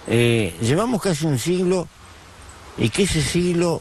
Llevamos casi un siglo y que ese siglo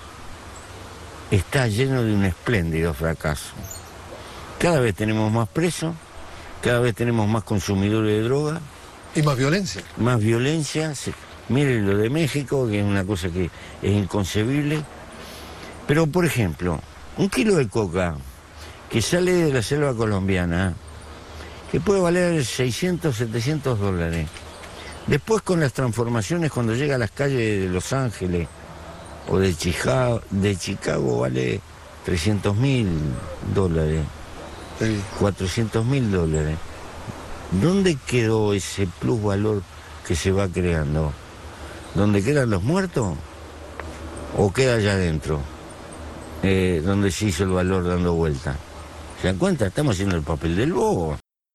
está lleno de un espléndido fracaso. Cada vez tenemos más presos, cada vez tenemos más consumidores de droga. Y más violencia. Más violencia. Miren lo de México, que es una cosa que es inconcebible. Pero, por ejemplo, un kilo de coca que sale de la selva colombiana, que puede valer 600, 700 dólares. Después, con las transformaciones, cuando llega a las calles de Los Ángeles o de Chicago vale 300.000 dólares, Sí. 400.000 dólares. ¿Dónde quedó ese plusvalor que se va creando? ¿Dónde quedan los muertos? ¿O queda allá adentro? Donde se hizo el valor dando vuelta. ¿Se dan cuenta? Estamos haciendo el papel del bobo.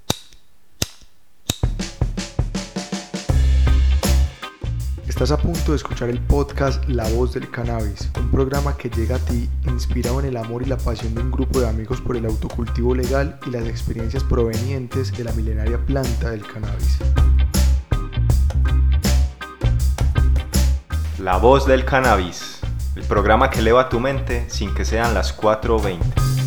Estás a punto de escuchar el podcast La Voz del Cannabis, un programa que llega a ti inspirado en el amor y la pasión de un grupo de amigos por el autocultivo legal y las experiencias provenientes de la milenaria planta del cannabis. La Voz del Cannabis, el programa que eleva tu mente sin que sean las 4:20.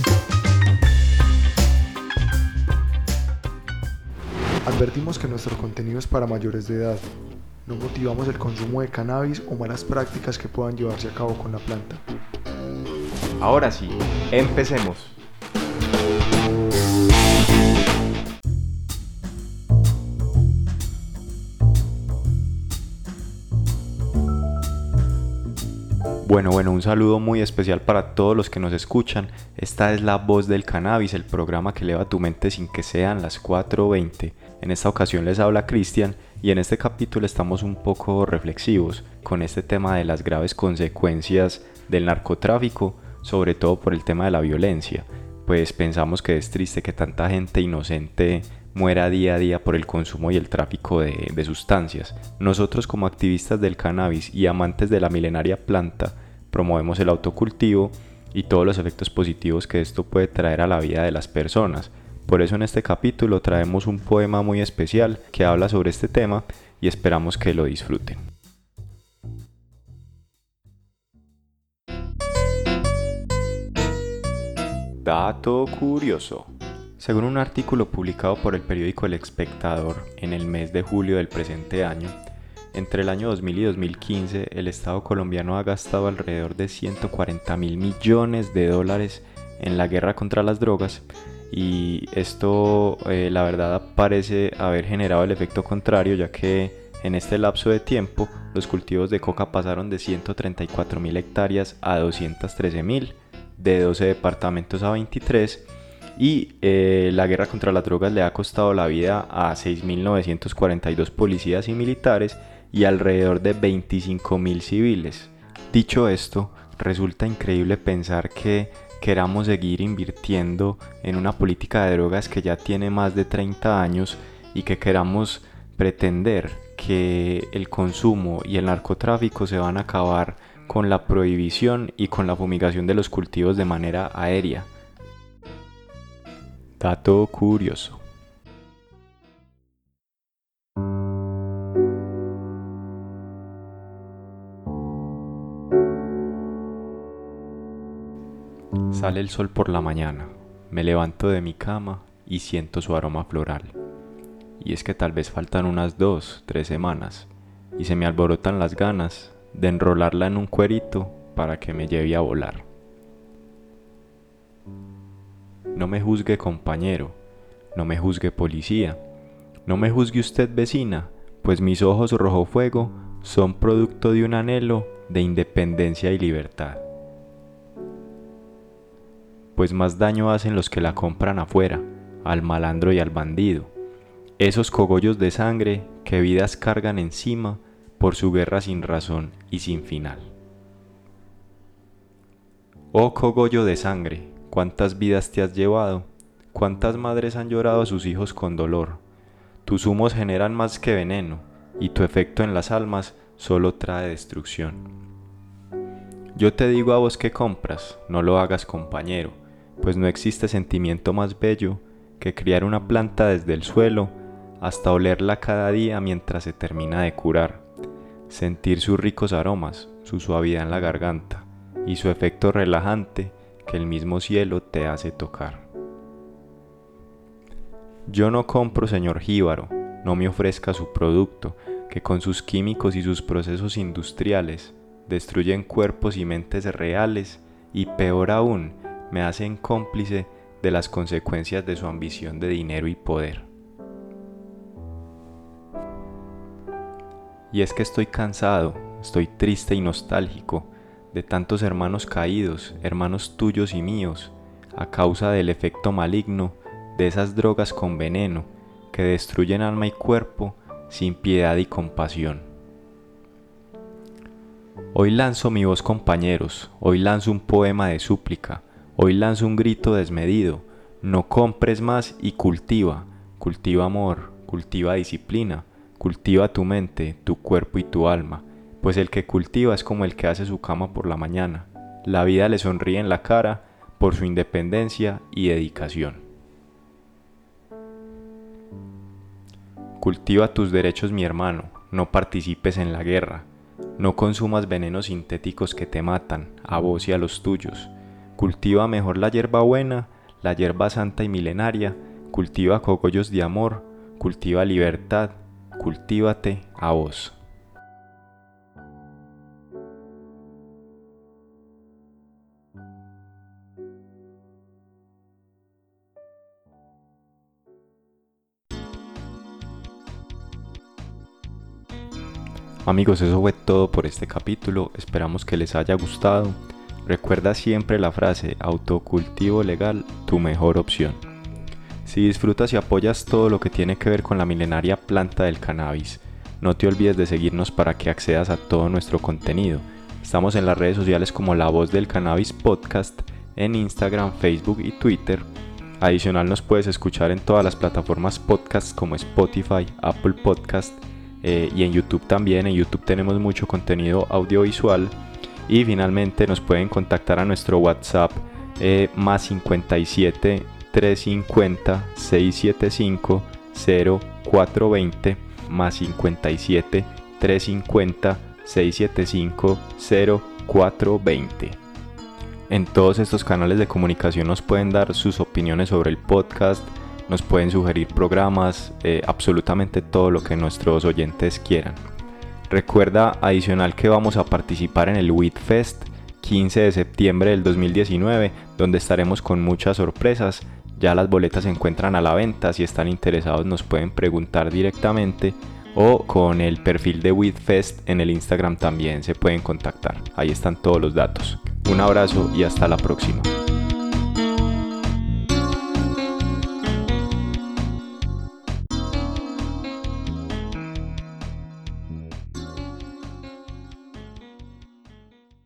Advertimos que nuestro contenido es para mayores de edad. No motivamos el consumo de cannabis o malas prácticas que puedan llevarse a cabo con la planta. Ahora sí, empecemos. Bueno, un saludo muy especial para todos los que nos escuchan. Esta es La Voz del Cannabis, el programa que eleva tu mente sin que sean las 4:20. En esta ocasión les habla Cristian y en este capítulo estamos un poco reflexivos con este tema de las graves consecuencias del narcotráfico, sobre todo por el tema de la violencia. Pues pensamos que es triste que tanta gente inocente muera día a día por el consumo y el tráfico de sustancias. Nosotros como activistas del cannabis y amantes de la milenaria planta promovemos el autocultivo y todos los efectos positivos que esto puede traer a la vida de las personas. Por eso en este capítulo traemos un poema muy especial que habla sobre este tema y esperamos que lo disfruten. Dato curioso. Según un artículo publicado por el periódico El Espectador en el mes de julio del presente año, entre el año 2000 y 2015 el Estado colombiano ha gastado alrededor de 140.000 millones de dólares en la guerra contra las drogas y esto la verdad parece haber generado el efecto contrario, ya que en este lapso de tiempo los cultivos de coca pasaron de 134.000 hectáreas a 213.000, de 12 departamentos a 23, y la guerra contra las drogas le ha costado la vida a 6.942 policías y militares y alrededor de 25.000 civiles. Dicho esto, resulta increíble pensar que queramos seguir invirtiendo en una política de drogas que ya tiene más de 30 años y que queramos pretender que el consumo y el narcotráfico se van a acabar con la prohibición y con la fumigación de los cultivos de manera aérea. Dato curioso. Sale el sol por la mañana, me levanto de mi cama y siento su aroma floral. Y es que tal vez faltan unas 2-3 semanas y se me alborotan las ganas de enrolarla en un cuerito para que me lleve a volar. No me juzgue compañero, no me juzgue policía, no me juzgue usted vecina, pues mis ojos rojo fuego son producto de un anhelo de independencia y libertad. Pues más daño hacen los que la compran afuera, al malandro y al bandido, esos cogollos de sangre que vidas cargan encima por su guerra sin razón y sin final. Oh cogollo de sangre, cuántas vidas te has llevado, cuántas madres han llorado a sus hijos con dolor. Tus humos generan más que veneno, y tu efecto en las almas solo trae destrucción. Yo te digo a vos que compras, no lo hagas compañero, pues no existe sentimiento más bello que criar una planta desde el suelo hasta olerla cada día mientras se termina de curar, sentir sus ricos aromas, su suavidad en la garganta y su efecto relajante que el mismo cielo te hace tocar. Yo no compro, señor jíbaro, no me ofrezca su producto, que con sus químicos y sus procesos industriales destruyen cuerpos y mentes reales y peor aún, me hacen cómplice de las consecuencias de su ambición de dinero y poder. Y es que estoy cansado, estoy triste y nostálgico de tantos hermanos caídos, hermanos tuyos y míos, a causa del efecto maligno de esas drogas con veneno que destruyen alma y cuerpo sin piedad y compasión. Hoy lanzo mi voz, compañeros, hoy lanzo un poema de súplica, hoy lanzo un grito desmedido: no compres más y cultiva amor, cultiva disciplina, cultiva tu mente, tu cuerpo y tu alma, pues el que cultiva es como el que hace su cama por la mañana. La vida le sonríe en la cara por su independencia y dedicación. Cultiva tus derechos, mi hermano, no participes en la guerra, no consumas venenos sintéticos que te matan, a vos y a los tuyos. Cultiva mejor la hierba buena, la hierba santa y milenaria, cultiva cogollos de amor, cultiva libertad, cultívate a vos. Amigos, eso fue todo por este capítulo, esperamos que les haya gustado. Recuerda siempre la frase: autocultivo legal, tu mejor opción. Si disfrutas y apoyas todo lo que tiene que ver con la milenaria planta del cannabis, no te olvides de seguirnos para que accedas a todo nuestro contenido. Estamos en las redes sociales como La Voz del Cannabis Podcast, en Instagram, Facebook y Twitter. Adicional, nos puedes escuchar en todas las plataformas podcast como Spotify, Apple Podcast, y en YouTube también. En YouTube tenemos mucho contenido audiovisual. Y finalmente nos pueden contactar a nuestro WhatsApp más 57 350 675 0420, más 57 350 675 0420. En todos estos canales de comunicación nos pueden dar sus opiniones sobre el podcast, nos pueden sugerir programas, absolutamente todo lo que nuestros oyentes quieran. Recuerda adicional que vamos a participar en el Weed Fest 15 de septiembre del 2019, donde estaremos con muchas sorpresas. Ya las boletas se encuentran a la venta, si están interesados nos pueden preguntar directamente o con el perfil de Weed Fest en el Instagram también se pueden contactar. Ahí están todos los datos. Un abrazo y hasta la próxima.